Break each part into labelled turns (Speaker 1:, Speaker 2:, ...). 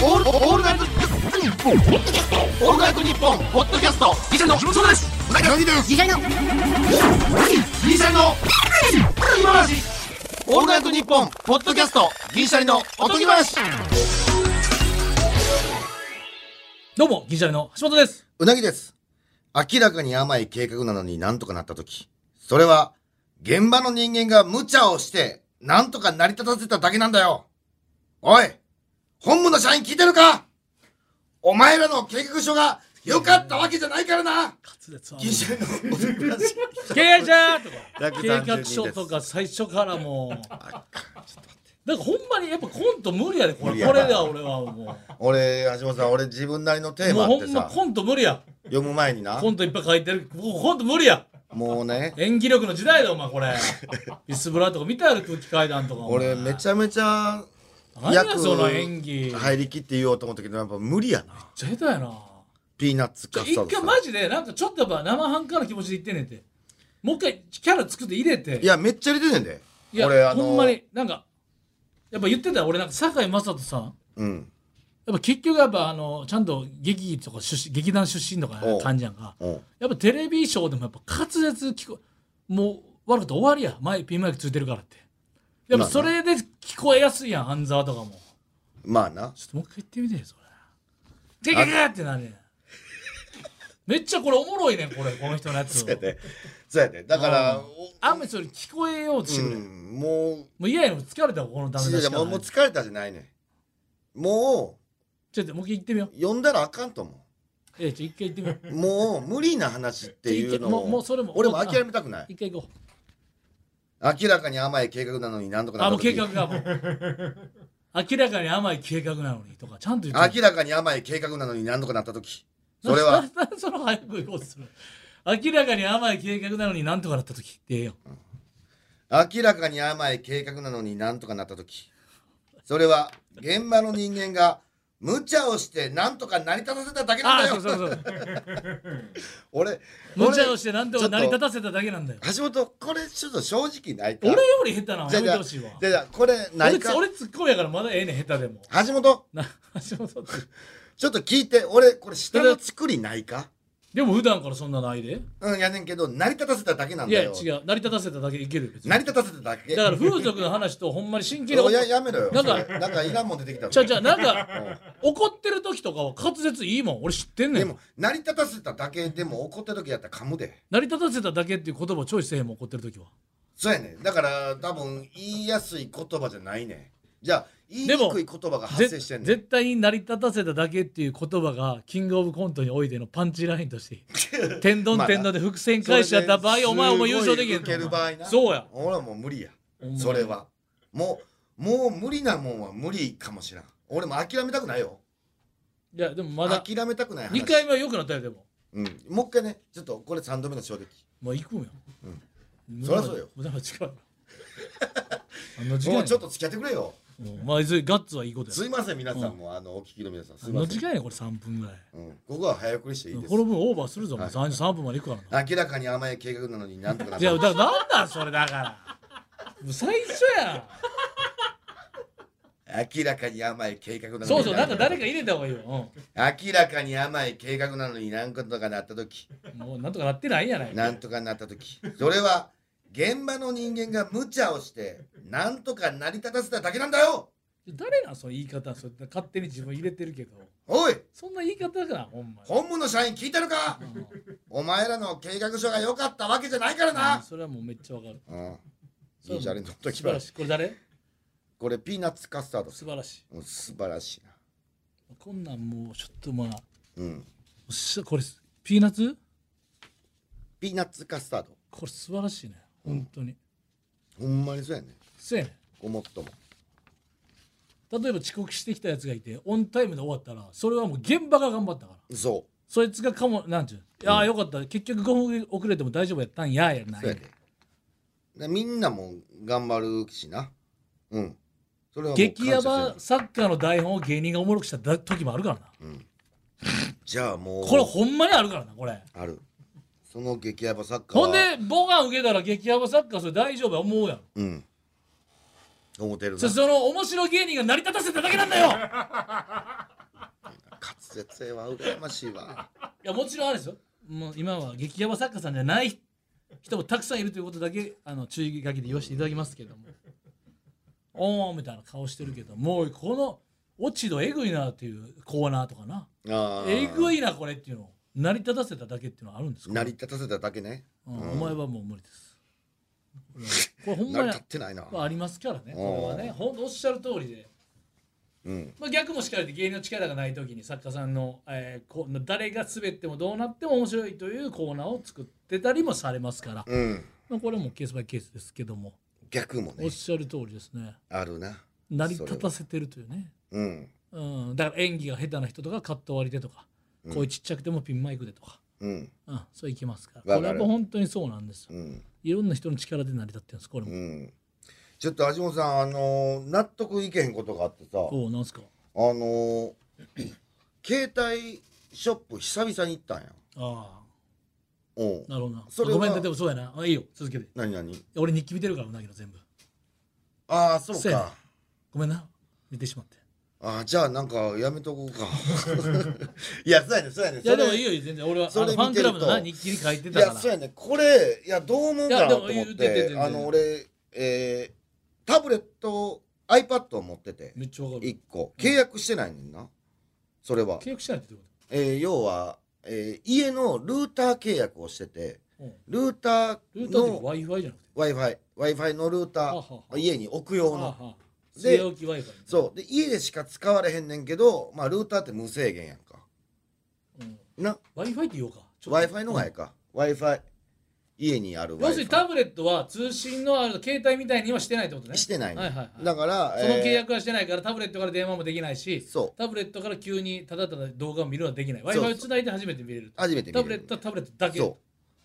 Speaker 1: オールナイトニッポンオールナイトニッポンポッドキャストギシャリの木本そうです。うなぎです。ギシャリの今話オールナイトニッポンポッドキャストギシャリのおとぎ話。
Speaker 2: どうもギシャリの橋本です。
Speaker 3: うなぎです。明らかに甘い計画なのになんとかなった時、それは現場の人間が無茶をしてなんとか成り立たせただけなんだよ。おい、本部の社員聞いてるか？お前らの計画書が良かったわけじゃないからな。
Speaker 2: ギシャリの経営者とか計画書とか最初からもうだからほんまにやっぱコント無理やでこれでは俺はもう
Speaker 3: 俺橋本さん、俺自分なりのテーマあってさ、
Speaker 2: もうほんまコント無理や。
Speaker 3: 読む前にな
Speaker 2: コントいっぱい書いてるコント無理や。
Speaker 3: もうね、
Speaker 2: 演技力の時代だお前これビスブラとか見たやろ、空気階段とか。
Speaker 3: 俺めちゃめちゃ
Speaker 2: 何やその演技
Speaker 3: 入りきって言おうと思ったけどやっぱ無理やな。
Speaker 2: めっちゃ下手やな。
Speaker 3: ピーナッツカスタード
Speaker 2: 一回マジでなんかちょっとやっぱ生半可な気持ちで言ってんねんて。もう一回キャラ作って入れて。
Speaker 3: いやめっちゃ入れてんねんで。
Speaker 2: いや
Speaker 3: 俺
Speaker 2: ほんまになんかやっぱ言ってたよ。俺なんか堺雅人さん、
Speaker 3: うん、
Speaker 2: やっぱ結局やっぱちゃんと劇とか劇団出身とか感じやんか。やっぱテレビショーでもやっぱ滑舌聞こもう悪くて終わりや。ピンマイクついてるからって。やっぱそれで聞こえやすいやん、半沢とかも。
Speaker 3: まあな。
Speaker 2: ちょっともう一回言ってみてよそれ。ゲゲゲってなるねん。めっちゃこれおもろいねんこの人のやつ。
Speaker 3: そうやで。だから
Speaker 2: あんまりそれ聞こえようとしてくれ。
Speaker 3: も
Speaker 2: う嫌やの疲れたわこのダメ出し方。
Speaker 3: もう疲れたじゃないねん。も
Speaker 2: ちょっともう一回言ってみよう。
Speaker 3: 読んだらあかんと思う。
Speaker 2: 一回言ってみよう。
Speaker 3: もう無理な話っていうのを
Speaker 2: もうそれも
Speaker 3: 俺も諦めたくない。
Speaker 2: 一回行こう。
Speaker 3: 明らかに甘い計画なのに何とかなった時。
Speaker 2: もう計画がもう明らかに甘い計画なのにとかちゃんと言って。
Speaker 3: 明らかに甘い計画なのに何とかなった時、それは
Speaker 2: その早く行こうとする。明らかに甘い計画なのに何とかなった時ってよ。
Speaker 3: 明らかに甘い計画なのに何とかなった時、それは現場の人間が無茶をして何とか成り立たせただけなんだよ。
Speaker 2: そう
Speaker 3: 俺
Speaker 2: 無茶をして何とか成り立たせただけなんだよ。
Speaker 3: 橋本、これちょっと正直ないか。
Speaker 2: 俺より下手なのやめてほしいわ。
Speaker 3: じゃこれないか。
Speaker 2: 俺ツッコミやからまだええねん下手でも。
Speaker 3: 橋本
Speaker 2: って
Speaker 3: ちょっと聞いて、俺これ下の作りないか。
Speaker 2: でも普段からそんなないで。
Speaker 3: やねんけど成り立たせただけなんだよ。
Speaker 2: いや違う、成り立たせただけいける。
Speaker 3: 成り立たせただけ
Speaker 2: だから風俗の話とほんまに真剣に
Speaker 3: やめろよ。なんかいらんもん出てきた。
Speaker 2: なんか怒ってる時とかは滑舌いいもん。俺知ってんねん。
Speaker 3: でも成り立たせただけでも怒ってる時やったら噛むで。
Speaker 2: 成り立たせただけっていう言葉をチョイスせえへんもん、怒ってる時は。
Speaker 3: そうやねん。だから多分言いやすい言葉じゃないねん。じゃあ言いにくい言葉が発生してんねん。
Speaker 2: 絶対に成り立たせただけっていう言葉がキングオブコントにおいてのパンチラインとして天丼天丼で伏線回収やった場合、お前優勝できへんの。そうや。
Speaker 3: 俺はもう無理や。それはもう無理なもんは無理かもしれん。俺も諦めたくないよ。
Speaker 2: いやでもまだ
Speaker 3: 諦めたくない話。
Speaker 2: 2回目は良くなったよ。でも
Speaker 3: もう一回ね、ちょっとこれ3度目の衝撃。
Speaker 2: もう行くんよ。
Speaker 3: そりゃそうよ。
Speaker 2: 無駄な力
Speaker 3: もうちょっと付き合ってくれよ。
Speaker 2: まあガッツはいいことや。
Speaker 3: すいません皆さんもお聞きの皆さん、すいません。
Speaker 2: 時間やねこれ3分ぐらい。
Speaker 3: ここは早送りしていいです。
Speaker 2: この分オーバーするぞ。33分まで行くから
Speaker 3: な。明らかに甘い計画なのになんとかなった。
Speaker 2: いやだからなんだそれだから。最初や。
Speaker 3: 明らかに甘い計画なのに。
Speaker 2: そうなんか誰か入れた方がいいよ。
Speaker 3: 明らかに甘い計画なのになんとかなった時。
Speaker 2: もうなんとかなってないんやない。
Speaker 3: なんとかなった時、それは現場の人間が無茶をしてなんとか成り立たせただけなんだよ。
Speaker 2: 誰なんその言い方。それ勝手に自分入れてるけど。
Speaker 3: おい、
Speaker 2: そんな言い方かなほんま。
Speaker 3: 本部の社員聞いてるか？お前らの計画書が良かったわけじゃないからな。
Speaker 2: それはもうめっちゃわかる。
Speaker 3: いいじゃん。
Speaker 2: 素晴らしい。これ誰？
Speaker 3: これピーナッツカスタード。
Speaker 2: 素晴らしい。
Speaker 3: 素晴らしいな。
Speaker 2: こんなんもうちょっとまあこれ
Speaker 3: ピーナッツカスタード。
Speaker 2: これ素晴らしいね本当に。
Speaker 3: ほんまにそうやね。
Speaker 2: そうやね。
Speaker 3: ごもっとも。
Speaker 2: 例えば遅刻してきたやつがいてオンタイムで終わったらそれはもう現場が頑張ったから。そいつがなんちゅう、いやよかった結局5分遅れても大丈夫やったんやない。
Speaker 3: そうやで。みんなも頑張るしな。それは
Speaker 2: 激ヤバサッカーの台本を芸人がおもろくした時もあるからな。
Speaker 3: じゃあもう
Speaker 2: これほんまにあるからなこれ。
Speaker 3: ある。その激ヤバサッカー
Speaker 2: ほんでボガン受けたら激ヤバサッカーそれ大丈夫や思うやん。
Speaker 3: 思ってるな。
Speaker 2: その面白芸人が成り立たせただけなんだよ
Speaker 3: 絶えは羨ましいわ。
Speaker 2: いやもちろんあれですよ、もう今は激ヤバ作家さんじゃない人もたくさんいるということだけ注意書きで言わせていただきますけども、おーみたいな顔してるけど、もうこの落ち度えぐいなっていうコーナーとかな、えぐいなこれっていうのを成り立たせただけっていうのはあるんですか。
Speaker 3: 成り立たせただけね。
Speaker 2: お前はもう無理です。これほんまに
Speaker 3: 成り立ってないな。
Speaker 2: ありますからね、これはね、ほんとおっしゃる通りで、逆もしかりで芸人の力がない時に作家さんの、誰が滑ってもどうなっても面白いというコーナーを作ってたりもされますから、これもケースバイケースですけども、
Speaker 3: 逆もね
Speaker 2: おっしゃる通りですね。
Speaker 3: あるな。
Speaker 2: 成り立たせてるというね。だから演技が下手な人とかカット割りでとか、声ちっちゃくてもピンマイクでとか、そういきますから。これは本当にそうなんですよ。いろんな人の力で成り立ってるんです、これも。
Speaker 3: ちょっと橋本さん、納得いけへんことがあってさ、
Speaker 2: なんすか。
Speaker 3: 携帯ショップ久々に行ったんや。
Speaker 2: なるほどな。ごめん、でもそうやな。いいよ、続けて。
Speaker 3: 何
Speaker 2: 俺日記見てるから、うなぎの全部。
Speaker 3: そうか。
Speaker 2: ごめんな、見てしまって。
Speaker 3: じゃあなんかやめとこうか。いや、そうやね。
Speaker 2: いやでもいいよ、全然。俺はファンクラブの日記に書いてたから。
Speaker 3: いや、そうやね。これ、どう思うかなと思って、俺、タブレット、iPad を持ってて、
Speaker 2: めっちゃわかる。
Speaker 3: 1個。契約してないねんな。それは。
Speaker 2: 契約してないってこと？
Speaker 3: 要は、家のルーター契約をしてて、ルーターの
Speaker 2: Wi-Fi じゃなくて
Speaker 3: Wi-Fi のルーター、家に置く用の。
Speaker 2: 据え置き Wi-Fi。
Speaker 3: そう。で、家でしか使われへんねんけど、ルーターって無制限やんか。
Speaker 2: Wi-Fi って言おうか。
Speaker 3: Wi-Fi の方がええか。Wi-Fi。家にある Wi-Fi。
Speaker 2: 要するにタブレットは通信のある携帯みたいにはしてないってことね。
Speaker 3: してないね。だから、
Speaker 2: その契約はしてないからタブレットから電話もできないし、タブレットから急にただただ動画を見るのはできない。Wi-Fi をつないで初めて見れる。
Speaker 3: 初めて見れる。
Speaker 2: タブレットはタブレットだけ。
Speaker 3: そう。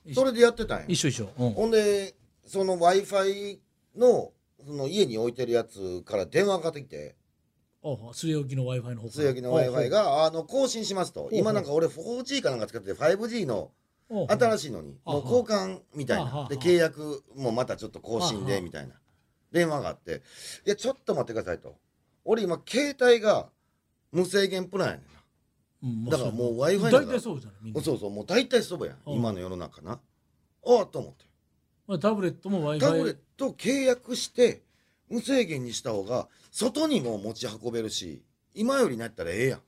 Speaker 3: それでやってたんや。
Speaker 2: 一緒。
Speaker 3: ほんで、その Wi-Fi の、その家に置いてるやつから電話がかかってきて、
Speaker 2: 据え置きの Wi-Fi の方
Speaker 3: 据え置きの Wi-Fi が更新しますと。今なんか俺 4G かなんか使ってて 5G の新しいのにもう交換みたいなで契約もまたちょっと更新でみたいな電話があって、いやちょっと待ってくださいと。俺今携帯が無制限プランやねんな。だからもう Wi-Fi が
Speaker 2: 大体そうじゃないみんな。
Speaker 3: そうもう大体そうやん今の世の中な。と思って、
Speaker 2: タブレットも Wi-Fi
Speaker 3: タブレット契約して無制限にした方が外にも持ち運べるし、今よりなったらええやん。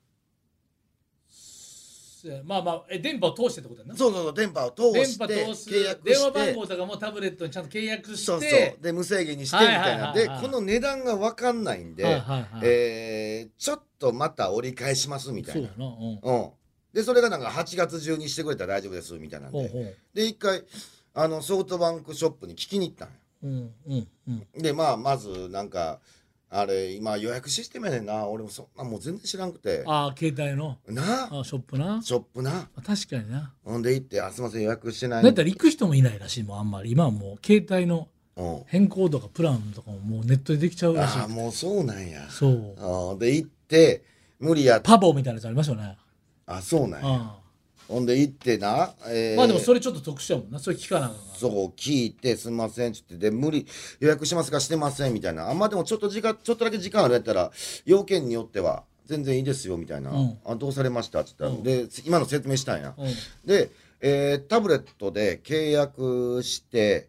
Speaker 2: 電波を通してってことやな。
Speaker 3: そう電波を通して契約して
Speaker 2: 電話番号とかもタブレットにちゃんと契約して、
Speaker 3: そうで無制限にしてみたいなで、この値段が分かんないんで、ちょっとまた折り返しますみたいな。でそれがなんか8月中にしてくれたら大丈夫ですみたいなんで、一回ソフトバンクショップに聞きに行ったんよ。でまずなんかあれ今予約システムやねんな。俺もそんなもう全然知らんくて。
Speaker 2: 携帯のショップな。確かにな。
Speaker 3: ほんで行ってすいません予約してない。
Speaker 2: だったら行く人もいないらしいもんあんまり。今はもう携帯の変更とかプランとかももうネットでできちゃうらしい。
Speaker 3: もうそうなんや。
Speaker 2: そう
Speaker 3: で行って無理や
Speaker 2: パボみたいなやつありましたよね。
Speaker 3: そうなんや。ほんで行ってな、
Speaker 2: でもそれちょっと特殊やもんな。それ聞かなあかんから。
Speaker 3: そう聞いてすんませんっつってで無理予約しますかしてませんみたいな。でもちょっとだけ時間あるやったら要件によっては全然いいですよみたいな。どうされましたっつったら、で今の説明したんや。で、タブレットで契約して、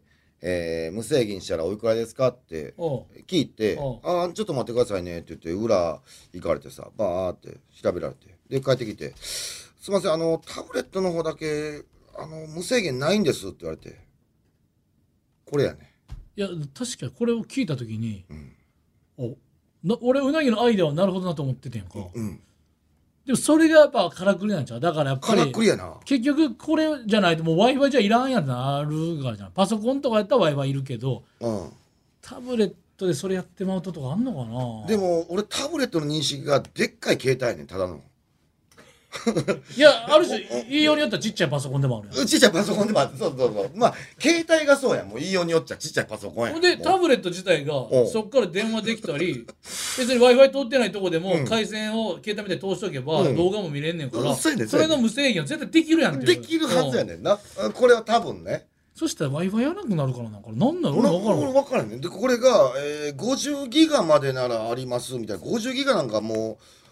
Speaker 3: 無制限したらおいくらですかって聞いて、ちょっと待ってくださいねって言って裏行かれてさバーって調べられてで帰ってきて。すみませんタブレットの方だけ無制限ないんですって言われて、これやね。
Speaker 2: いや確かにこれを聞いた時に、俺うなぎのアイデアはなるほどなと思っててんか。でもそれがやっぱからくりなんちゃう。だからやっぱり
Speaker 3: からくりやな。
Speaker 2: 結局これじゃないともう Wi-Fi じゃいらんやんなるからじゃん。パソコンとかやったら Wi-Fi いるけど、タブレットでそれやってまうとかあんのかな。
Speaker 3: でも俺タブレットの認識がでっかい携帯やねんただの。
Speaker 2: いやある種言いようによってはちっちゃいパソコンでもあるやん。
Speaker 3: ちっちゃいパソコンでもある。そう携帯がそうやん。もう言いようによっちゃちっちゃいパソコンやん。
Speaker 2: でタブレット自体がそっから電話できたり別に Wi-Fi 通ってないとこでも回線を携帯みたいに通しとけば動画も見れんねんから、それの無制限は絶対できるやんっていう。
Speaker 3: できるはずやねんな。これは多分ね。
Speaker 2: そしたら Wi-Fi やらなくなるからなんかなんなの俺
Speaker 3: 分からんねん。でこれが50ギガまでならありますみたいな。50ギガなんかもう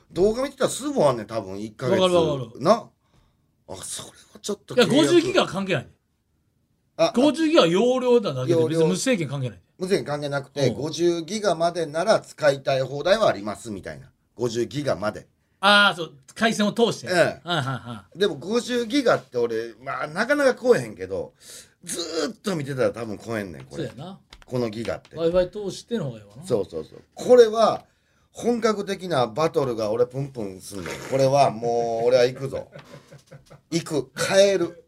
Speaker 3: 動画見てたらすぐ終わんねん多分1ヶ月
Speaker 2: わかるわかる
Speaker 3: なあそれはちょっと
Speaker 2: いや50ギガは関係ない。50ギガは容量だけで別に無制限関係ない。
Speaker 3: 無制限関係なくて50ギガまでなら使いたい放題はありますみたいな50ギガまで
Speaker 2: ああそう回線を通して、
Speaker 3: でも50ギガって俺まあなかなか来えへんけどずーっと見てたら多分来えんねんこれ。
Speaker 2: そうやな
Speaker 3: このギガって
Speaker 2: Wi-Fi 通しての方がいいわな。
Speaker 3: そうこれは本格的なバトルが俺プンプンすんねん。これはもう俺は行くぞ行く帰る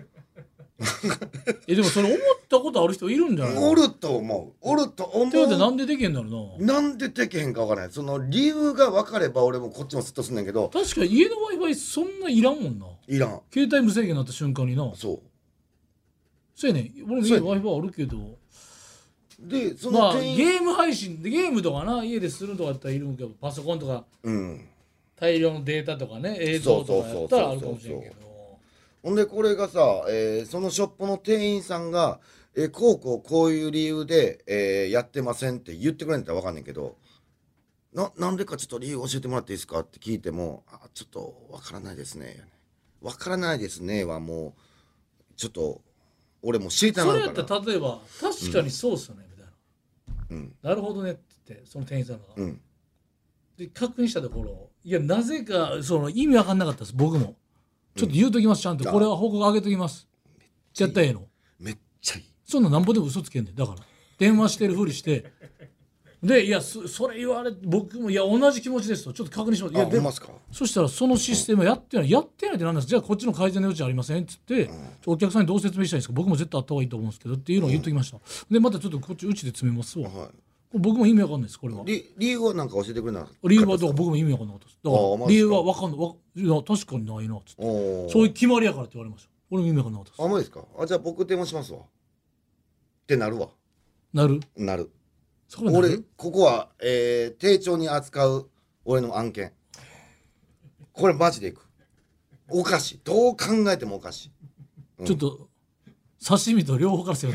Speaker 2: でもそれ思ったことある人いるんじゃないの？
Speaker 3: おると思うって
Speaker 2: ことでなんでできへんだろう
Speaker 3: な。なんでできへんか分からない。その理由が分かれば俺もこっちもスッとすんねんけど
Speaker 2: 確かに家の Wi-Fi そんないらんもんな。
Speaker 3: いらん。
Speaker 2: 携帯無制限になった瞬間にな。そうやね俺も家 Wi-Fi あるけど
Speaker 3: でそ
Speaker 2: まあ
Speaker 3: の
Speaker 2: ゲーム配信でゲームとかな家でするとかやったらいるんけどパソコンとか大量のデータとかね映像とかやったらあるかもしれんけど
Speaker 3: ほんでこれがさ、そのショップの店員さんが、こういう理由で、やってませんって言ってくれんだったら分かんねんけどなんでかちょっと理由教えてもらっていいですかって聞いてもちょっと分からないですね分からないですねはもうちょっと俺も知りたいな
Speaker 2: それやったら例えば確かにそうっすよね、みたいな、なるほどねって言ってその店員さんが、で確認したところいやなぜかその意味分かんなかったです僕もちょっと言うときますちゃんとこれは報告あげときますやったらええの
Speaker 3: めっちゃいい
Speaker 2: そんななんぼでも嘘つけんねんだから電話してるふりしてでいやそれ言われ僕もいや同じ気持ちですとちょっと確認しますいやでもそしたらそのシステムやってないってなんですじゃあこっちの改善の余地ありませんっつって、お客さんにどう説明したらいいですか僕も絶対あった方がいいと思うんですけどっていうのを言っときました、でまたちょっとこっちうちで詰めますわ、僕も意味わかんないですこれは
Speaker 3: 理由は何か教えてくれなかった
Speaker 2: 理由は僕も意味わかんなかったですだから理由はわかんないいや確かにないなっつってそういう決まりやからって言われました俺も意味わかんなかったです
Speaker 3: マジですかじゃあ僕電話しますわってなるわ
Speaker 2: なる
Speaker 3: 俺ここは、丁重に扱う俺の案件これマジでいくおかしいどう考えてもおかしい、
Speaker 2: ちょっと刺身と両方からせよ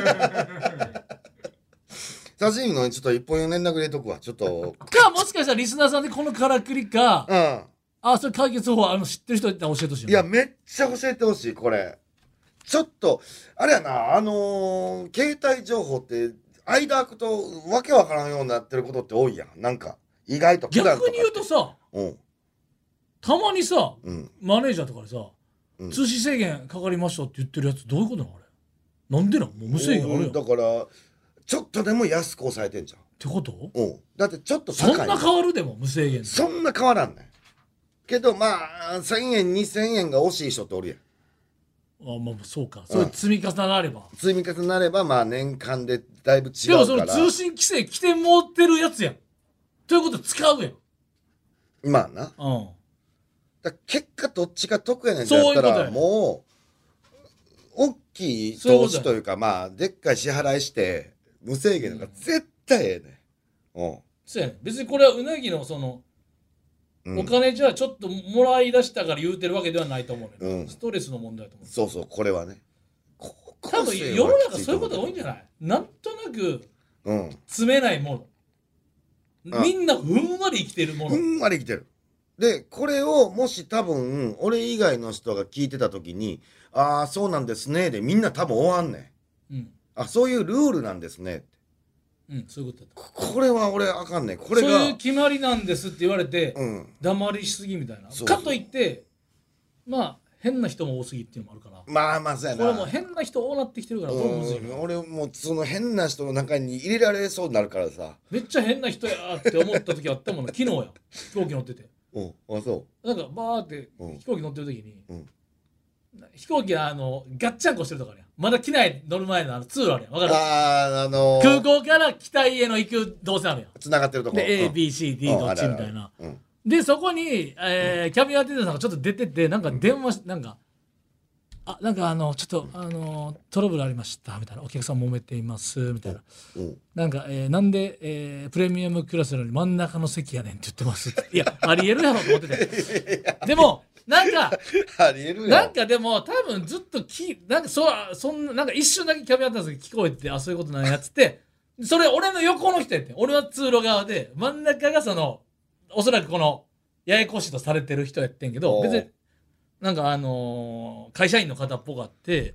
Speaker 3: 刺身のちょっと一本連絡入れとくわちょっと
Speaker 2: かもしかしたらリスナーさんでこのからくりかそれ解決方法知ってる人いったら教えてほしい
Speaker 3: いやめっちゃ教えてほしいこれちょっとあれやな携帯情報って間空くとわけわからんようになってることって多いやんなんか意外と
Speaker 2: 逆に言うとさたまにさ、マネージャーとかでさ、通信制限かかりましたって言ってるやつどういうことなのあれなんでなんもう無制限あるやん
Speaker 3: だからちょっとでも安く抑えてんじゃん
Speaker 2: ってこと
Speaker 3: だってちょっと高い
Speaker 2: そんな変わるでも無制限
Speaker 3: そんな変わらんねんけどまあ1000円2000円が惜しい人っておるやん
Speaker 2: まあそうかそれ積み重なれば
Speaker 3: まあ年間でだいぶ違うから
Speaker 2: でもその通信規制来て持ってるやつやんということは使うやん
Speaker 3: まあなだ結果どっちが得やねんってやったらもう大きい投資というかまあでっかい支払いして無制限が絶対ええねん
Speaker 2: そうやねん別にこれはうなぎのそのお金じゃあちょっともらい出したから言うてるわけではないと思うね、ストレスの問題だと思う
Speaker 3: そうこれはね
Speaker 2: 多分世の中そういうことが多いんじゃないなんとなく詰めないもの、みんなふんわり生きてるもの
Speaker 3: ふんわり生きてるでこれをもし多分俺以外の人が聞いてた時にああそうなんですねでみんな多分終わんねん、そういうルールなんですねって
Speaker 2: そういうことだ
Speaker 3: これは俺あかんねんこれが
Speaker 2: そういう決まりなんですって言われて、黙りしすぎみたいなかといってまあ変な人も多すぎっていうのもあるから
Speaker 3: まあそうやな
Speaker 2: これもう変な人多なってきてるからこれむずいな
Speaker 3: 俺もその変な人の中に入れられそうになるからさ
Speaker 2: めっちゃ変な人やって思った時あったもん昨日や飛行機乗ってて
Speaker 3: そう
Speaker 2: なんかバーって飛行機乗ってる時に、飛行機ガッチャンコしてるとかねまだ機内乗る前の通路あるやん分かる空港から北への行く動線あるやん
Speaker 3: つながってるとこ
Speaker 2: で ABCD どっちみたいなでそこに、キャビンアテンダントさんがちょっと出ててなんか電話なんかなんかちょっとトラブルありましたみたいなお客さん揉めていますみたいななんか、なんで、プレミアムクラスなのに真ん中の席やねんって言ってますっていやありえるやろと思っててでもなんか
Speaker 3: ありえる
Speaker 2: なんかでも多分ずっとなんかそんななんか一瞬だけキャビンアテンダントさん聞こえてそういうことなんやつってそれ俺の横の人やって俺は通路側で真ん中がおそらくこのややこしいとされてる人やってんけど、別になんか会社員の方っぽかって、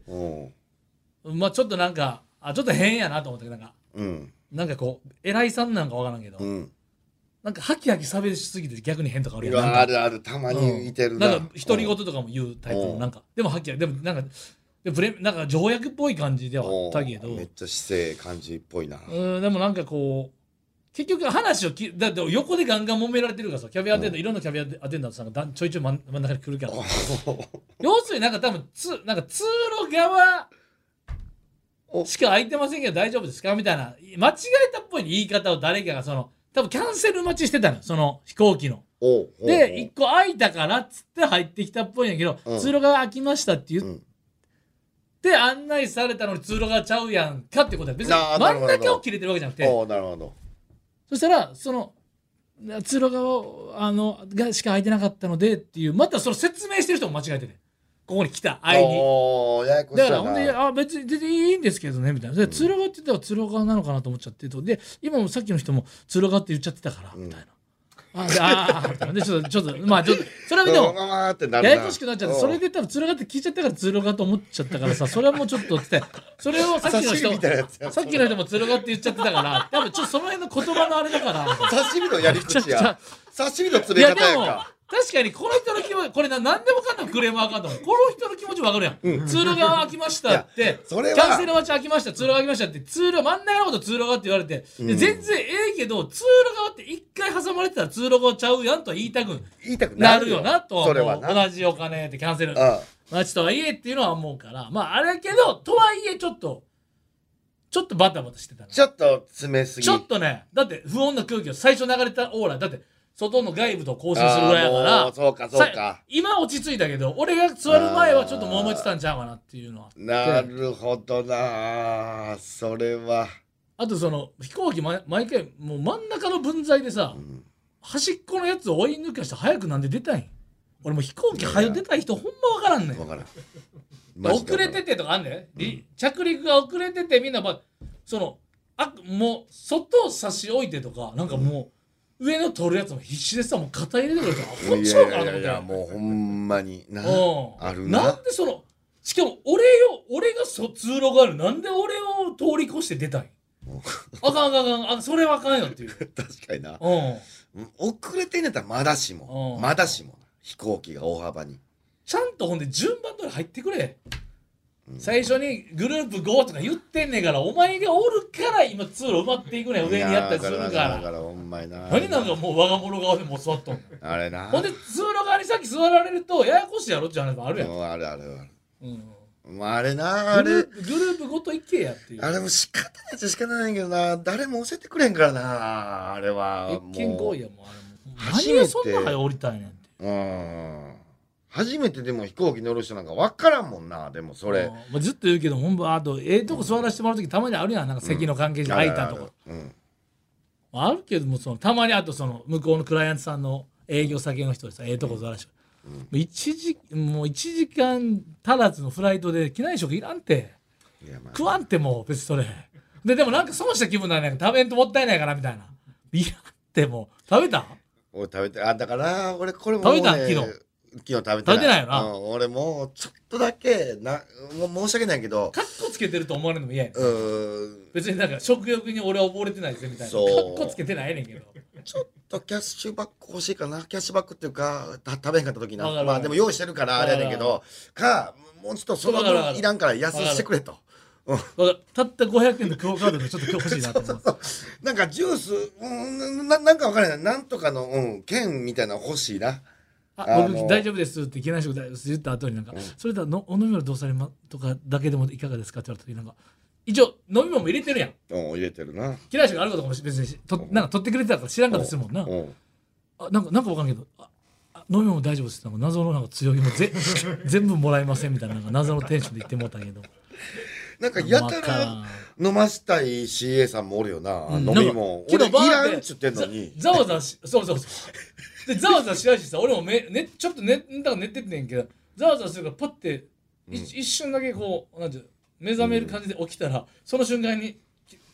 Speaker 2: まあちょっとなんかちょっと変やなと思ったけど、なんかこう偉いさんなんかわからんけど、なんかハキハキ喋りしすぎて逆に変とかあるやん。
Speaker 3: あるある、たまにいてるな。
Speaker 2: なんか独り言とかも言うタイプの、なんかでもハキハキでもなんかなんか条約っぽい感じではあったけど、
Speaker 3: めっちゃ姿勢感じっぽいな。
Speaker 2: でもなんかこう結局話をだって横でガンガン揉められてるからさ、キャビアアテンダーいろんなキャビアアテンダーさんがちょいちょい真ん中に来るから要するになんか多分なんか通路側しか空いてませんけど大丈夫ですかみたいな間違えたっぽい言い方を誰かが多分キャンセル待ちしてたの、その飛行機の。で1個空いたからっつって入ってきたっぽいんやけど、通路側空きましたって言って案内されたのに通路側ちゃうやんかってことは別に真ん中を切れてるわけじゃなくて、
Speaker 3: なるほど。
Speaker 2: そしたらその通路側がしか空いてなかったのでっていう、またその説明してる人も間違えてね、ここに来た間に。だからほんで別に全然いいんですけどねみたいな。で通路側って言ったら通路側なのかなと思っちゃってと、で今もさっきの人も通路側って言っちゃってたからみたいな。みたいな。でちょっとまあちょっとそれはでもややこしくなっちゃって、それで多分通路側って聞いちゃったから通路側と思っちゃったからさ、それはもうちょっとってそれをさっきの人も通路側って言っちゃってたから、多分ちょっとその辺の言葉のあれだから。
Speaker 3: 刺身のやり口や。刺身の詰め方やんか。
Speaker 2: 確かにこの人の気持ち、これ何でもかんでもクレームあかんと思う。この人の気持ち分かるやん。通路側開きましたって、キャンセル待ち開きました、通路開きましたって、真ん中のこと通路側って言われて、全然けど、通路側って一回挟まれてたら通路側ちゃうやんとは言いたくなるよなとは思う。同じお金ってキャンセル待ちとはいえっていうのは思うから、まああれだけど、とはいえちょっとバタバタしてたな。
Speaker 3: ちょっと詰めすぎ。
Speaker 2: ちょっとね、だって不穏な空気を最初流れたオーラ、だって外の外部と交信するぐらいやから、
Speaker 3: そうか。
Speaker 2: 今落ち着いたけど、俺が座る前はちょっともめてたんちゃうかなっていうのは。
Speaker 3: なるほどな、それは。
Speaker 2: あとその飛行機毎回もう真ん中の分際でさ、端っこのやつを追い抜かして早くなんで出たいん。俺もう飛行機早く出たい人ほんま分からんねん。遅れててとかあんねん、着陸が遅れててみんなもう外を差し置いてとか、なんかもう上の取るやつも必死でさ、もう肩入れてくれたらほんちゃうかなと思って。いや
Speaker 3: もうほんまにある
Speaker 2: な。なんでしかも俺が通路がある、なんで俺を通り越して出たい。あかんそれはあかんよっていう。
Speaker 3: 確かにな。遅れてんねったらまだしも飛行機が大幅に
Speaker 2: ちゃんとほんで順番通り入ってくれ。最初にグループ5とか言ってんねんから、お前がおるから今通路埋まっていくねん、上にやったりするから。何なんかもう我が物側でもう座っとんねん。
Speaker 3: あれな。
Speaker 2: ほんで通路側にさっき座られるとややこしいやろって話もあるやん。
Speaker 3: ある。あれな、
Speaker 2: グループごと行けやっていう。
Speaker 3: あれも仕方ないけどな、誰も教えてくれんからな、あれは。
Speaker 2: 越見行為やもん、あれも。何がそんな早降りたいねんって。
Speaker 3: 初めてでも飛行機乗る人なんか分からんもんな。でもそれ
Speaker 2: ずっと言うけど、ほんまあととこ座らせてもらう時たまにあるやん、なんか席の関係者空いたとかあるけども、たまにあと向こうのクライアントさんの営業先の人でさ、とこ座らせてもう1時間足らずのフライトで機内食いらんて、食わんても別にそれでもなんか損した気分なんやんか、食べんともったいないからみたいな。いらんてもう食べた？
Speaker 3: 俺食べて、だから俺これも
Speaker 2: 食べたん？
Speaker 3: 昨日食べ
Speaker 2: てないよな。
Speaker 3: 俺もうちょっとだけ申し訳ないけど、
Speaker 2: カッコつけてると思われるのも嫌やん。別になんか食欲に俺は溺れてないぜみたいな。カッコつけてないねんけど、
Speaker 3: ちょっとキャッシュバック欲しいかな。キャッシュバックっていうか食べへんかった時な、まあでも用意してるからあれやねんけど、もうちょっとその分いらんから安してくれと。
Speaker 2: たった500円のクオカードでちょっと今日欲しいなと思って。
Speaker 3: なんかジュースなんか分からない、なんとかの券みたいなの欲しいな。
Speaker 2: 僕大丈夫ですって機内食大丈夫ですって言った後になんか、それではお飲み物どうされまとかだけでもいかがですかって言われた時、なんか一応飲み物も入れてるやん。
Speaker 3: 入れてるな。
Speaker 2: 機内食あることかも別になんか取ってくれてたから知らんかったりするもんな。なんか分かんないけど、飲み物大丈夫ですって謎のなんか強気も全部もらえませんみたいな、なんか謎のテンションで言ってもらったけど、なん
Speaker 3: かやたら飲ましたい CA さんもおるよな、飲み物。俺いらんっちゅってんのに
Speaker 2: ざわざわそうでざわざわしないしさ、俺もちょっと寝ててんけど、ざわざわするからパッて一瞬だけこうなんて目覚める感じで起きたら、その瞬間に機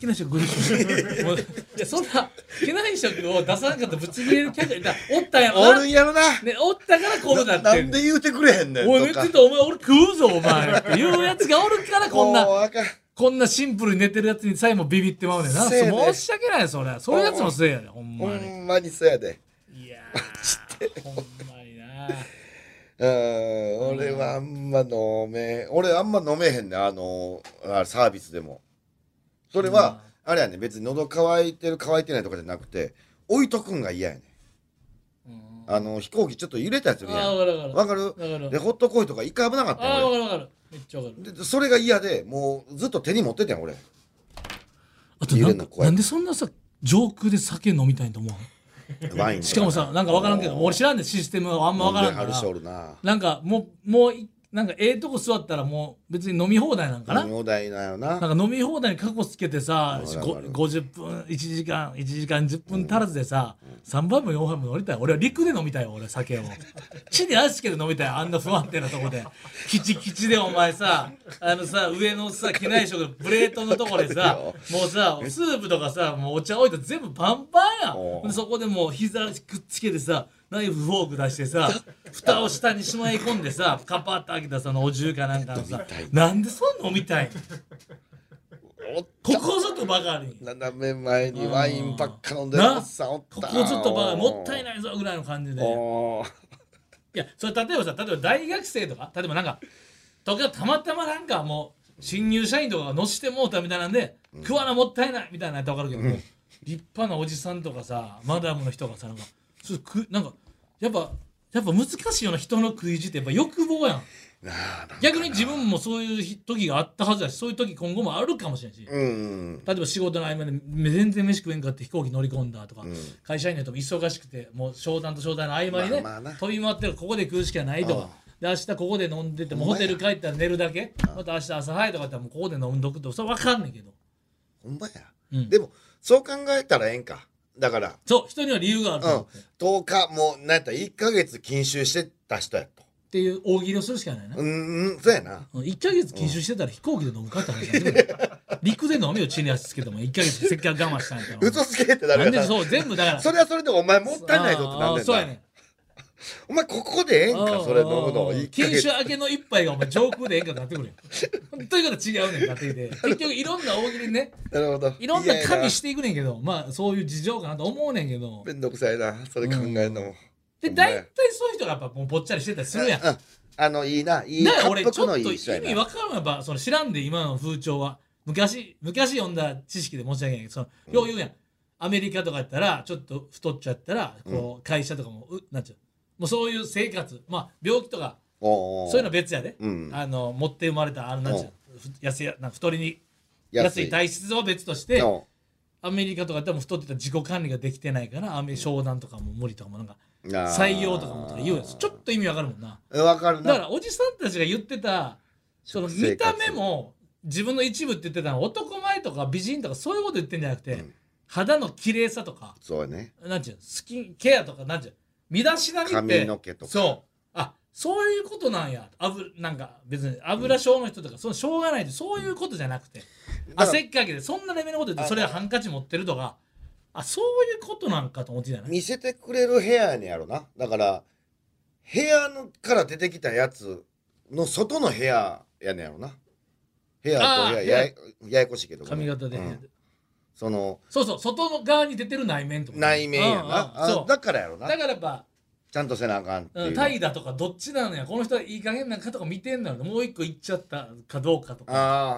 Speaker 2: 機内食50食もういやそんな機内食を出さなかったらぶつ切れるキャラだおったんやろな
Speaker 3: おるんやろな。
Speaker 2: ね、おったからこうなって
Speaker 3: なんで言うてくれへんねん
Speaker 2: おい
Speaker 3: とか。
Speaker 2: 言ってたお前俺食うぞお前っていうやつがおるからこんな
Speaker 3: もうあかん
Speaker 2: こんなシンプルに寝てるやつにさえもビビってまうねんな。
Speaker 3: せやね
Speaker 2: 申し訳ないそういうやつのせいやでほん
Speaker 3: ほ
Speaker 2: まに。
Speaker 3: んまにそうやで。
Speaker 2: いやーほんまにな。
Speaker 3: 俺はあんま俺あんま飲めへんねサービスでも。それはあれやね別に喉乾いてる乾いてないとかじゃなくて置いとくんが嫌やね飛行機ちょっと揺れたやついるやん。わかるでホットコーヒーとか一回危なかったよ
Speaker 2: わかるめっちゃわかる。
Speaker 3: でそれが嫌でもうずっと手に持っててん俺。
Speaker 2: あとなんでそんなさ上空で酒飲みたいと思う
Speaker 3: ワイン
Speaker 2: しかもさなんか分からんけど俺知らんでシステムはあんま分からんからなんかもうなんかとこ座ったらもう別に飲み放題なんかな
Speaker 3: 飲み放題なよな。
Speaker 2: なんか飲み放題に過去つけてさ50分1時間10分足らずでさ3杯も4杯も乗りたい。俺は陸で飲みたいよ俺酒を地に足つけて飲みたい。あんな不安定なとこでキチキチでお前さ上のさ機内食プレートのとこでさもうさスープとかさもうお茶置いて全部パンパンやん。そこでもう膝くっつけてさナイフフォーク出してさ蓋を下にしまい込んでさカパッと開けたそのお重かなんかのさなんでそんな飲みたいここぞとばかり
Speaker 3: 斜め前にワインばっか飲んで
Speaker 2: るおっさんおったここぞとばかりもったいないぞぐらいの感じでいやそれ例えば大学生とか例えばなんかとかたまたまなんかもう新入社員とかが乗してもうたみたいなんで食わなもったいないみたいなやつ分かるけども立派なおじさんとかさマダムの人がさなんかやっぱ難しいような人の食い地ってやっぱ欲望やん。逆に自分もそういう時があったはずだしそういう時今後もあるかもしれないし、例えば仕事の合間で全然飯食えんかって飛行機乗り込んだとか、会社員の人も忙しくてもう商談と商談の合間にね、飛び回ってるここで食うしかないとかで明日ここで飲んでてもホテル帰ったら寝るだけまた明日朝早いとかってもうここで飲んどくとそれ分かんねんけど
Speaker 3: ほんまや、でもそう考えたらええんか。だから
Speaker 2: そう人には理由があると思って、
Speaker 3: 10日もうなんやったら1ヶ月禁酒してた人やと
Speaker 2: っていう大喜利をするしかないな。
Speaker 3: そうやな。
Speaker 2: 1ヶ月禁酒してたら飛行機で飲むかって話なんだけど陸で飲めよ地に足つけても1ヶ月せっかく我慢したんやから
Speaker 3: 嘘つけってなる
Speaker 2: なんでそう全部だから
Speaker 3: それはそれでお前もったいないぞってなんでんだ。
Speaker 2: そうやねん
Speaker 3: お前ここでええんかそれ飲むの
Speaker 2: 禁酒明けの一杯がお前上空でええんかってなってくるよということ違うねんなってきて結局いろんな大喜利ね
Speaker 3: なるほど
Speaker 2: いろんな加味していくねんけどまあそういう事情かなと思うねんけど
Speaker 3: めんどくさいなそれ考えるのも、
Speaker 2: で大体そういう人がやっぱもうぽっちゃりしてたりするやん、
Speaker 3: いいないい
Speaker 2: だから俺ちょっと
Speaker 3: のいい
Speaker 2: 意味わかるのやっぱその知らんで今の風潮は昔読んだ知識で申し訳ないけどよう言うやんアメリカとかやったらちょっと太っちゃったらこう会社とかもなんちゃうもうそういう生活まあ病気とかそういうの別やで、持って生まれたなんちゃう太りに安い体質は別としてアメリカとかでも太ってた自己管理ができてないから商談とかも無理とかもなんか採用とかもとか言うやつちょっと意味わかるもんな。
Speaker 3: わかるな。
Speaker 2: だからおじさんたちが言ってたその見た目も自分の一部って言ってたの男前とか美人とかそういうこと言ってんじゃなくて、肌の綺麗さとか
Speaker 3: そうね
Speaker 2: なんちゅうスキンケアとかなんちゅう身だしなみって
Speaker 3: 髪の毛とか
Speaker 2: そういうことなんやなんか別に油症の人とかそのしょうがないってそういうことじゃなくて汗っかきでそんなレベルのこと言ってそれはハンカチ持ってるとかそういうことなんかと思ってたよね。
Speaker 3: 見せてくれる部屋やねやろな。だから部屋から出てきたやつの外の部屋やねやろな。部屋と部屋ややこしいけど
Speaker 2: 髪型で、
Speaker 3: そう
Speaker 2: 外の側に出てる内面とか、
Speaker 3: 内面やな。だからやろな。
Speaker 2: だからやっぱ
Speaker 3: ちゃんとせなあかんっていう。
Speaker 2: タイだとかどっちなのやこの人はいい加減なんかとか見てんのよもう一個言っちゃったかどうかとか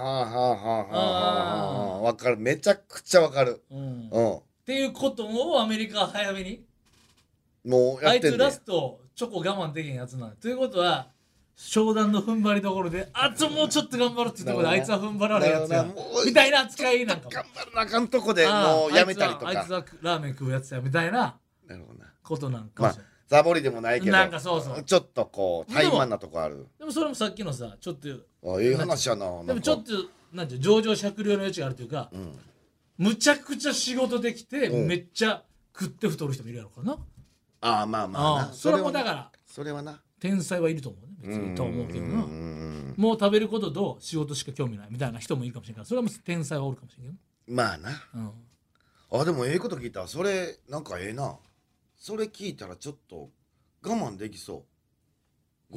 Speaker 3: わかるめちゃくちゃわかる
Speaker 2: っていうことをアメリカは早めに
Speaker 3: もうやってんね
Speaker 2: あいつラストチョコ我慢できへんやつなのということは商談の踏ん張りどころでもうちょっと頑張るっていうところであいつは踏ん張られるやつやみたいな扱いなんか
Speaker 3: 頑張らなあかんとこでもうやめたりとか
Speaker 2: あいつはラーメン食うやつやみたいなことなんかもしれない。
Speaker 3: サボりでもないけど
Speaker 2: なんかそう
Speaker 3: ちょっとこう怠慢なとこある。
Speaker 2: でもそれもさっきのさちょっと
Speaker 3: いい話やな。
Speaker 2: でもちょっとなんていう情状酌量の余地があるというか、むちゃくちゃ仕事できて、めっちゃ食って太る人もいるやろからな。
Speaker 3: まあ
Speaker 2: それもだから
Speaker 3: それはな
Speaker 2: 天才はいると思うね別にと思うけどな。もう食べることと仕事しか興味ないみたいな人もいるかもしれないからそれはもう天才はおるかもしれないけど
Speaker 3: まあな。
Speaker 2: うん、
Speaker 3: でもええこと聞いた。それなんかええな。それ聞いたらちょっと我慢できそう。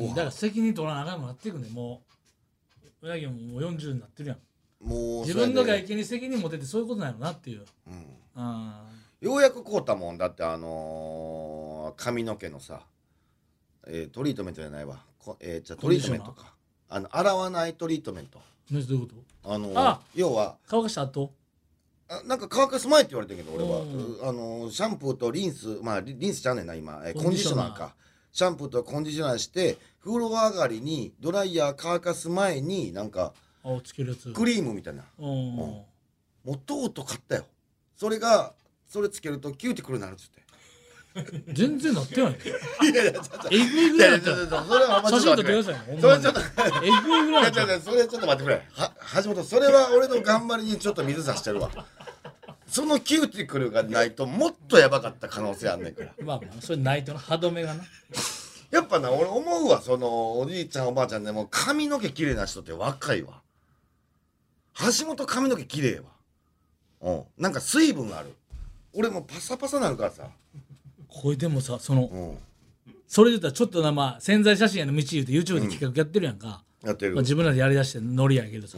Speaker 2: だから責任取らなあかんもなっていくね。もううなぎももう40になってるやん。
Speaker 3: もう
Speaker 2: 自分の外見に責任持ててそういうことなんやろなっていう。
Speaker 3: ようやく買うたもんだって髪の毛のさ、トリートメントじゃないわ。じゃトリートメントか。洗わないトリートメント。
Speaker 2: どういうこと？
Speaker 3: 要は
Speaker 2: 乾かした後？
Speaker 3: なんか乾かす前って言われてるけど俺はシャンプーとリンス、まあリンスちゃうねんな今、コンディショナーか。シャンプーとコンディショナーして風呂上がりにドライヤー乾かす前になんか
Speaker 2: つけるやつ
Speaker 3: クリームみたいな、もうとうとう買ったよ。それつけるとキューティクルになるっつって
Speaker 2: 全然なってない。
Speaker 3: いやいや
Speaker 2: えぐいぐらいなったよ。
Speaker 3: それは
Speaker 2: 写真撮ってくださいよ。
Speaker 3: それちょっと
Speaker 2: えぐいぐらいなったよ。
Speaker 3: それちょっと待ってくれ。橋本、それは俺の頑張りにちょっと水差してるわ。そのキューティクルがないともっとやばかった可能性あんねんから。
Speaker 2: まあそれないとの歯止めがな。
Speaker 3: やっぱな、俺思うわ。そのおじいちゃんおばあちゃんでも髪の毛綺麗な人って若いわ。橋本髪の毛綺麗わ。なんか水分がある。俺もパサパサなるからさ。
Speaker 2: これでもさ、それで言ったらちょっとな、まあ潜在写真への道言うて YouTube で企画やってるやんか。
Speaker 3: やってる。
Speaker 2: まあ、自分らでやりだしてノリやけどさ、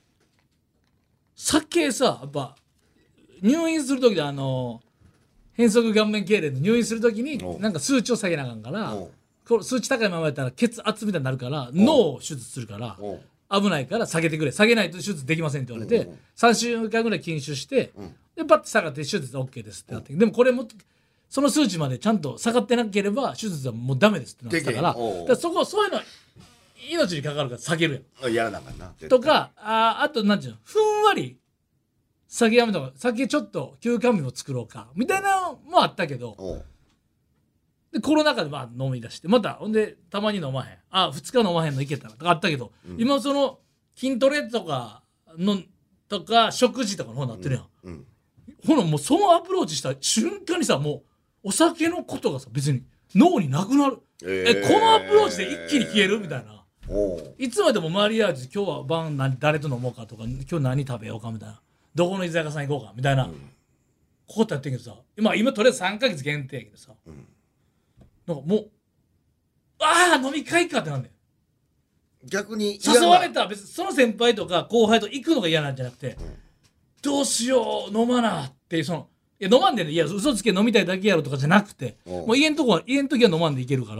Speaker 2: 酒さ、やっぱ入院する時で変則顔面痙攣の入院する時になんか数値を下げなあかんから、こ数値高いままやったら血圧みたいになるから脳を手術するから危ないから下げてくれ、下げないと手術できませんって言われて、3週間ぐらい禁酒して、でパッて下がって手術 OK ですってなって、でもこれもその数値までちゃんと下がってなければ手術はもうダメですってなってたから、そういうの命にかかるから下げるやん。
Speaker 3: やらなあかんな
Speaker 2: とかあとなんていうの、ふんわり酒やめとか、酒ちょっと休肝日も作ろうかみたいなのもあったけど、でコロナ禍でまあ飲み出してまたほんでたまに飲まへん、2日飲まへんのいけたらとかあったけど、今その筋トレとか食事とかの方になってるやん、ほなもうそのアプローチした瞬間にさ、もうお酒のことがさ別に脳になくなる、このアプローチで一気に消えるみたいな。いつまでもマリアージュ、今日は晩誰と飲もうかとか、今日何食べようかみたいな、どこの居酒屋さん行こうかみたいな、こってやってんけどさ、今とりあえず3ヶ月限定やけどさ、なんかもう飲み会かってなんだよ。
Speaker 3: 逆に
Speaker 2: 誘われたら別にその先輩とか後輩と行くのが嫌なんじゃなくて、どうしよう飲まなっていう、いや飲まんでね、いや嘘つけ飲みたいだけやろとかじゃなくて、もう家の時は飲まんでいけるから、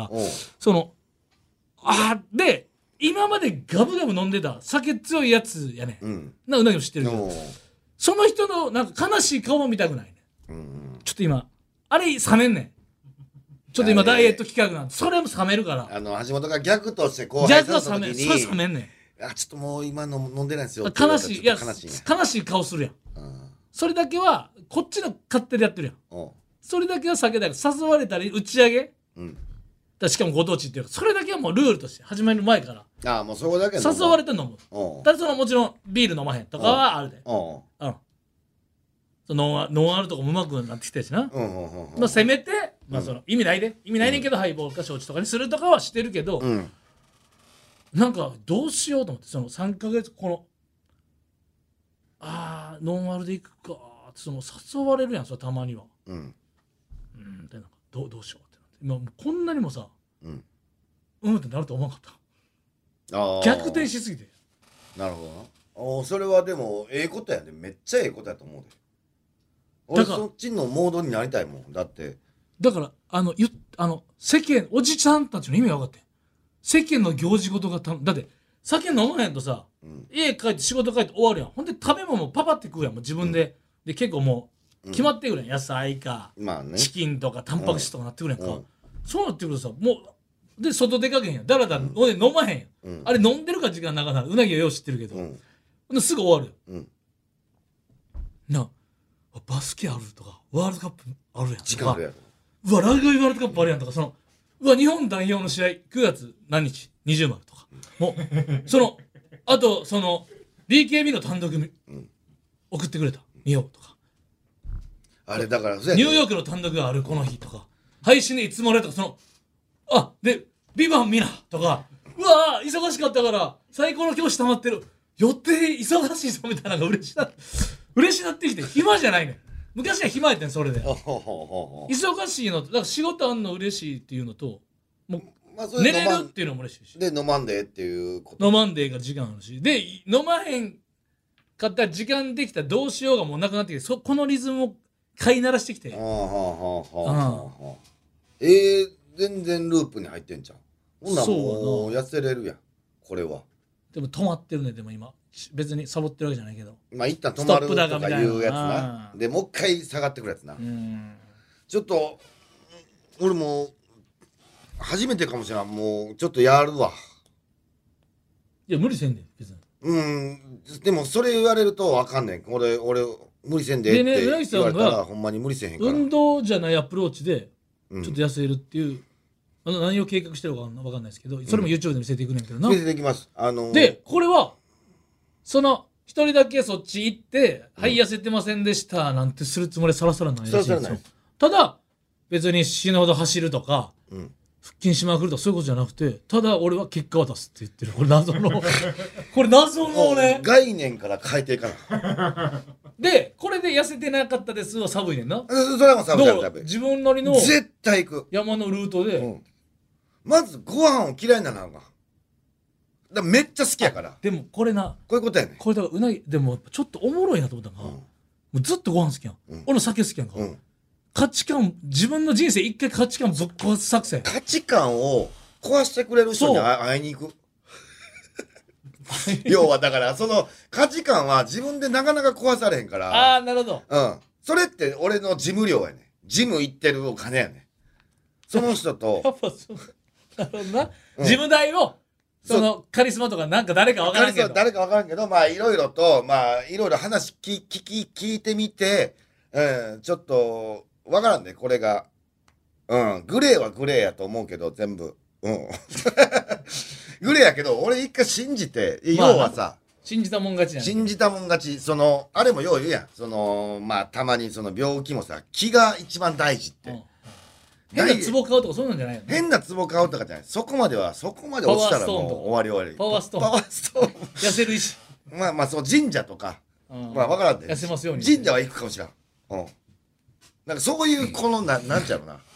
Speaker 2: で今までガブガブ飲んでた酒強いやつやね、うなぎも知ってるけど、その人のなんか悲しい顔も見たくないね、ちょっと今あれ冷めんねん。ちょっと今ダイエット企画なんでそれも冷めるから、
Speaker 3: 橋本が逆として後輩さんの時に
Speaker 2: それ冷めんねん。
Speaker 3: ちょっともう今の飲んでないんですよ。
Speaker 2: 悲しい顔するやん、それだけはこっちの勝手でやってるやん、それだけは避けたいから、誘われたり打ち上げ、しかもご当地っていうか、それだけはもうルールとして始める前から
Speaker 3: もうそこだけ
Speaker 2: 誘われて飲む。ただもちろんビール飲まへんとかはあるで、ノンアルとかもうまくなってきてるしな、せめて、意味ないねんけど、ハイボールか焼酎とかにするとかはしてるけど、なんかどうしようと思って、その3ヶ月ノンアルでいくかって誘われるやん、たまには。でなんかどうしようってなって、今もうこんなにもさ、ってなると思わなかった。逆転しすぎて。
Speaker 3: なるほどな。それはでもええことやね。めっちゃええことやと思うで。俺そっちのモードになりたいもん。だ
Speaker 2: から世間おじちゃんたちの意味が分かってん。世間の行事事がだって酒飲まへんとさ、家帰って仕事帰って終わるやん。ほんで食べ物もパパって食うやん、もう自分で。で結構もう決まってくるやん、野菜か、チキンとかタンパク質とかなってくるやんか、そうなってくるとさ、もうで外出かけへんやん、だらだら飲まへんやん、あれ飲んでるから時間長なる。うなぎはよう知ってるけど、すぐ終わるよ、なバスケあるとかワールドカップあるやんとか、
Speaker 3: 時間あるやろ、
Speaker 2: うわラグビーワールドカップあるやんとか、うわ日本代表の試合9月何日20丸とか、もうあとBKB の単独送ってくれた見ようとか、
Speaker 3: あれだから
Speaker 2: ニューヨークの単独があるこの日とか、配信でいつもあれとか、でビバン見なとか、うわ忙しかったから最高の教師溜まってる、予定忙しいぞみたいなのが嬉しいな。 嬉しなってきて暇じゃないねん。昔は暇やったんそれで忙しいのだから仕事あんの嬉しいっていうのともう、
Speaker 3: まあ、
Speaker 2: 寝れるっていうのも嬉しいし
Speaker 3: で飲まんでっていうこと
Speaker 2: 飲まんでが時間あるしで飲まへんかったら時間できたらどうしようがもうなくなってきてこのリズムを飼いならしてきて
Speaker 3: 全然ループに入ってんじゃん。ほんならもう痩せれるやんこれは。
Speaker 2: でも止まってるねでも今別にサボってるわけじゃないけど
Speaker 3: まあ一旦止まるとかいうやつなでもう一回下がってくるやつな。ちょっと俺も初めてかもしれんもうちょっとやるわ。
Speaker 2: いや無理せんで別に
Speaker 3: でもそれ言われるとあかんねん。俺無理せんでって言われたらほんまに無理せへんから
Speaker 2: 運動じゃないアプローチでちょっと痩せるっていう何を計画してるか分かんないですけどそれも YouTube で見せていくねんけどな
Speaker 3: 見せていきます。
Speaker 2: でこれはその一人だけそっち行って「はい痩せてませんでした」なんてするつもりさらさらないらしいんですよ。ただ別に死ぬほど走るとか腹筋しまくるとかそういうことじゃなくてただ俺は結果を出すって言ってる。これ謎のこれ謎のね
Speaker 3: 概念から変えていかない
Speaker 2: でこれで痩せてなかったですは寒いねんな。
Speaker 3: それはもう寒い
Speaker 2: 自分なりの
Speaker 3: 絶対行く
Speaker 2: 山のルートで、
Speaker 3: まずご飯を嫌いなのがだめっちゃ好きやから
Speaker 2: でもこれな
Speaker 3: こういうことやねん。
Speaker 2: これだからうなぎでもちょっとおもろいなと思ったのが、もうずっとご飯好きやん、俺も酒好きやんか、価値観自分の人生一回価値観ぶっ壊す作戦。
Speaker 3: 価値観を壊してくれる人に会いに行く要はだからその価値観は自分でなかなか壊されへんから
Speaker 2: なるほど
Speaker 3: それって俺の事務料やねん。ジム行ってるお金やねん。その人と
Speaker 2: やっぱそうなるほどな、事務代をそのカリスマとかなんか誰か分からんけど
Speaker 3: 誰か分からんけどまあいろいろとまあいろいろ話聞いてみて、ちょっと分からんねこれがグレーはグレーやと思うけど全部グレーやけど俺一回信じて要はさ
Speaker 2: 信じたもん勝ち
Speaker 3: 信じたもん勝ちそのあれもよう言うやんそのまあたまにその病気もさ気が一番大事って、
Speaker 2: 変な壺買うとかそうなんじゃないよね。
Speaker 3: 変な壺買うとかじゃないそこまで落ちたらもう終わり
Speaker 2: パワーストーン痩せる石
Speaker 3: まあそう神社とかまあ分からんで
Speaker 2: 痩せますように
Speaker 3: 神社は行くかもしれんなんかそういうこのなんちゃうな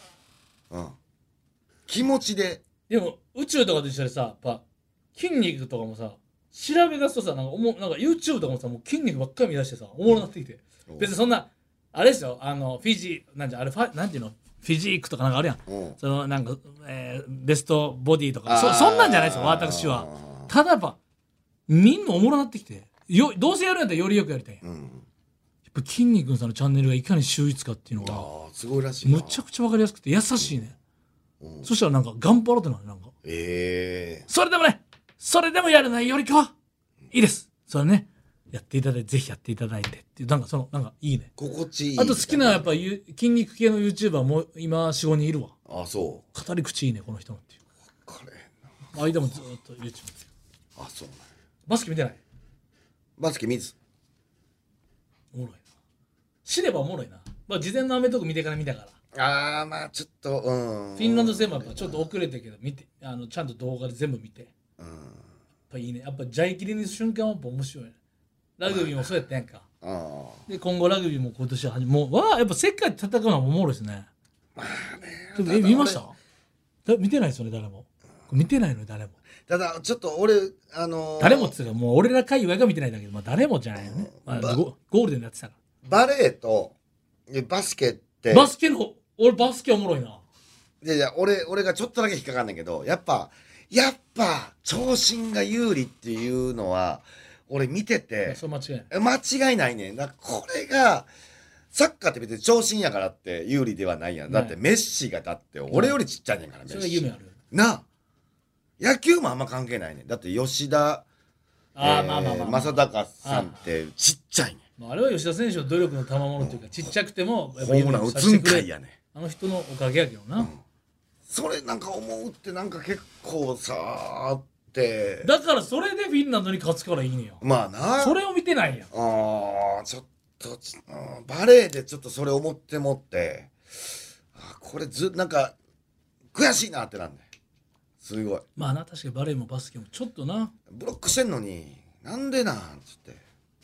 Speaker 3: 気持ちで
Speaker 2: でも宇宙とかと一緒でさやっぱ筋肉とかもさ調べ出すとさなんかYouTube とかもさもう筋肉ばっかり見出してさおもろなってきて別にそんなあれですよフィジーなんていうのフィジークとかなんかあるやんそのなんか、ベストボディとかそんなんじゃないですよ私は。ただやっぱみんなおもろなってきてどうせやるんやったらよりよくやりたいやっぱ筋肉さんのチャンネルがいかに秀逸かっていうのが
Speaker 3: すごいらしいな
Speaker 2: むちゃくちゃ分かりやすくて優しいねそしたらなんか頑張ろうってなるなんかそれでもやらないよりかはいいですそれねやっていただいてぜひやっていただいてっていうなんかなんかいいね
Speaker 3: 心地いい
Speaker 2: あと好きなやっぱ筋肉系の YouTuber も今 4,5 人いるわ
Speaker 3: そう
Speaker 2: 語り口いいねこの人のっていう
Speaker 3: 分かれへんな
Speaker 2: 間もずっと YouTube
Speaker 3: そうね
Speaker 2: バスケ見てない
Speaker 3: バスケ見ず
Speaker 2: おもろいな知ればおもろいなまあ事前のアメトーク見てから見たから
Speaker 3: まあちょっと
Speaker 2: フィンランド戦もやっぱちょっと遅れたけど見てちゃんと動画で全部見てやっぱいいねやっぱジャイキリに瞬間はやっぱ面白いねラグビーもそうやったやんかで今後ラグビーも今年はもうやっぱ世界で戦うのはおもろいですね見ました見てないですよね誰も見てないのに誰も
Speaker 3: ただちょっと俺
Speaker 2: 誰もっつうかもう俺ら界隈が見てないんだけどまあ誰もじゃないよねゴールデンでやってたから
Speaker 3: バレーとバスケって
Speaker 2: 俺バスケおもろいな。
Speaker 3: いや俺がちょっとだけ引っかかんねんけどやっぱ長身が有利っていうのは俺見てて
Speaker 2: それ
Speaker 3: 間違いないねん。だからこれがサッカーって別に長身やからって有利ではないやん。だってメッシがだって俺よりちっちゃいねんからメッシ。
Speaker 2: それが夢ある
Speaker 3: な野球もあんま関係ないねん。だって吉田正尚さんってちっちゃいねん。
Speaker 2: あれは吉田選手の努力の賜物というかちっちゃくても
Speaker 3: ホームラン打つんかいやね
Speaker 2: あの人のおかげやけどな、
Speaker 3: それなんか思うってなんか結構さあって
Speaker 2: だからそれでフィンランドに勝つからいいねや
Speaker 3: まあな
Speaker 2: それを見てないやん
Speaker 3: ちょっとバレーでちょっとそれ思ってこれなんか悔しいなってなんねすごい
Speaker 2: まあな確かにバレーもバスケもちょっとな
Speaker 3: ブロックしてんのになんでなんつって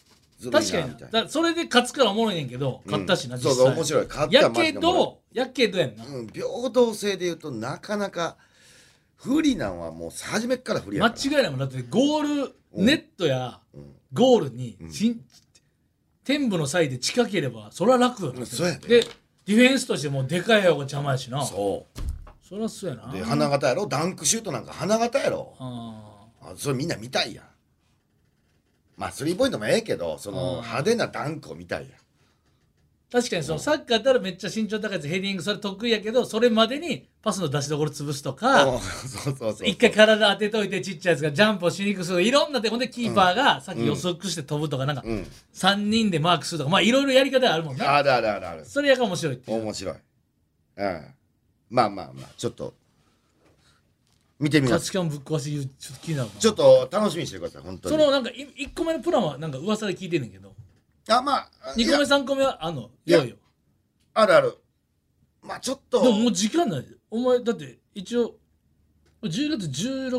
Speaker 3: ずるいなみ
Speaker 2: 確
Speaker 3: たいな。
Speaker 2: かにだそれで勝つからおもろいねんけど、勝ったしな、
Speaker 3: そうそう面白い。勝った
Speaker 2: や
Speaker 3: らマジ
Speaker 2: け
Speaker 3: でおもろ
Speaker 2: どやんな、
Speaker 3: い。平等性で言うとなかなか不利なんはもう初めっから不利やから。
Speaker 2: 間違いないもん。だってゴールネットやゴールに天部の際で近ければそれは楽よな。
Speaker 3: そうやね。
Speaker 2: でディフェンスとしてもでかい方が邪魔やしな。
Speaker 3: そう
Speaker 2: そりゃそうやな。
Speaker 3: で花形やろ。ダンクシュートなんか花形やろ。それみんな見たいやん。まあスリーポイントもええけど、その派手なダンクを見たいやん。
Speaker 2: 確かにそのサッカーやったらめっちゃ身長高いやつヘディングそれ得意やけど、それまでにパスの出しどころ潰すとか、
Speaker 3: そう
Speaker 2: 一回体当てといてちっちゃいやつがジャンプをしにくくする、いろんなでほんでキーパーがさっき予測して飛ぶとか、なんか3人でマークするとか、まあいろいろやり方あるもんね。
Speaker 3: ある。
Speaker 2: それやから面白いっていう。
Speaker 3: 面白い。まあちょっと見てみます。
Speaker 2: 価値観ぶっ壊しちょっと気になるな。
Speaker 3: ちょっと楽しみにしてください本当に。
Speaker 2: そのなんか1個目のプランはなんか噂で聞いてんねんけど、
Speaker 3: まあ
Speaker 2: 2個目3個目はあんのよいよ。
Speaker 3: ある。まあちょっと
Speaker 2: でももう時間ないで。お前だって一応10月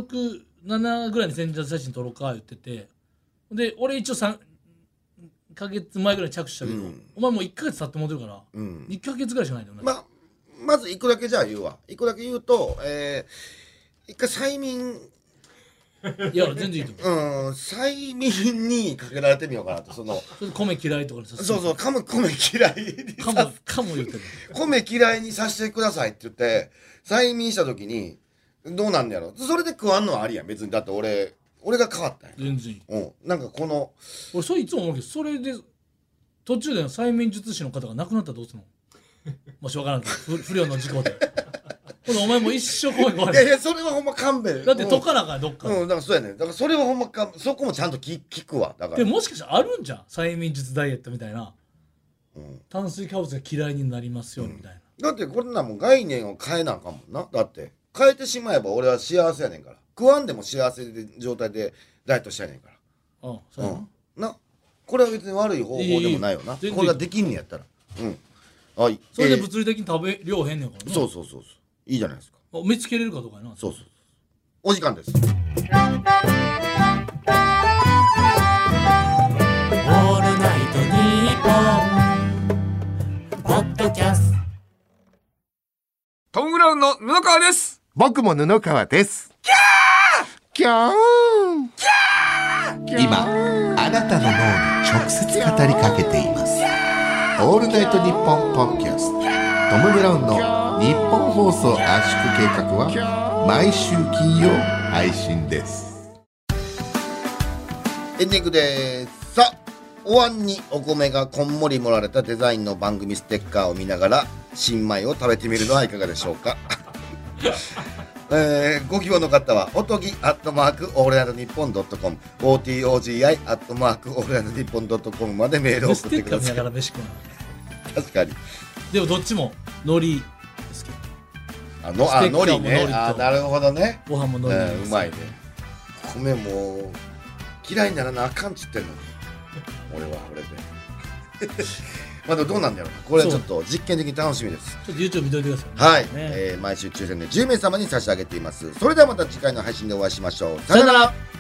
Speaker 2: 16、7ぐらいに宣伝写真撮ろうか言ってて、で俺一応3ヶ月前ぐらいに着手したけど、お前もう1ヶ月経ってもってるから、2ヶ月ぐらいしかないんだよね。
Speaker 3: まず1個だけじゃあ言うわ。1個だけ言うと、一回催眠、
Speaker 2: いや全然いいと思う。
Speaker 3: 催眠にかけられてみようかなと。その
Speaker 2: 米嫌いとかにさせて。
Speaker 3: そう米嫌いに
Speaker 2: かも言ってる。
Speaker 3: 米嫌いにさせてくださいって言って催眠した時にどうなんやろ。それで食わんのはありやん別に。だって俺が変わったんや。
Speaker 2: 全然いい。
Speaker 3: なんかこの
Speaker 2: 俺それいつも思うけど、それで途中での催眠術師の方が亡くなったらどうするのもし分からんけど不良の事故でほんでお前も一生米食わない。
Speaker 3: いやそれはほんま勘弁。
Speaker 2: だって解かなあかんどっかで。
Speaker 3: だからそうやね。だからそれはほんまそこもちゃんと聞くわ。だから
Speaker 2: でもしかしたらあるんじゃん催眠術ダイエットみたいな、炭水化物が嫌いになりますよみたいな。
Speaker 3: だってこれなもん概念を変えなあかんもんな。だって変えてしまえば俺は幸せやねんから。食わんでも幸せで状態でダイエットしたいねんから。
Speaker 2: そうや
Speaker 3: なこれは別に悪い方法でもないよな。これができんねやったら。はい。
Speaker 2: それで物理的に食べ量変ねんからね。
Speaker 3: そういいじゃないですか。
Speaker 2: 見つけれるかどうかやな。
Speaker 3: そうお時間です。
Speaker 4: オールナイトニッポンポッドキャスト。
Speaker 1: トム・ブラウンの布川です。
Speaker 5: 僕も布川です。キャー今あなたの脳に直接語りかけています。オールナイトニッポンポッドキャスト。トム・ブラウンの日本放送圧縮計画は毎週金曜配信です。
Speaker 3: エンディングです。さあお椀にお米がこんもり盛られたデザインの番組ステッカーを見ながら新米を食べてみるのはいかがでしょうかご希望の方はおとぎ@allnighttnippon.com OTOGI @allnighttnippon.com までメールを送ってください。確かに。
Speaker 2: でもどっちも海苔ですけど。
Speaker 3: 海苔ね。なるほどね。
Speaker 2: ご飯も海苔、
Speaker 3: うまいね。米も嫌いにならなあかんっつってんのに俺は俺でまだどうなんだろうな。これはちょっと実験的に楽しみです。
Speaker 2: ちょっと YouTube 見といてくださいね。
Speaker 3: はい、毎週抽選で10名様に差し上げています。それではまた次回の配信でお会いしましょう。さよなら。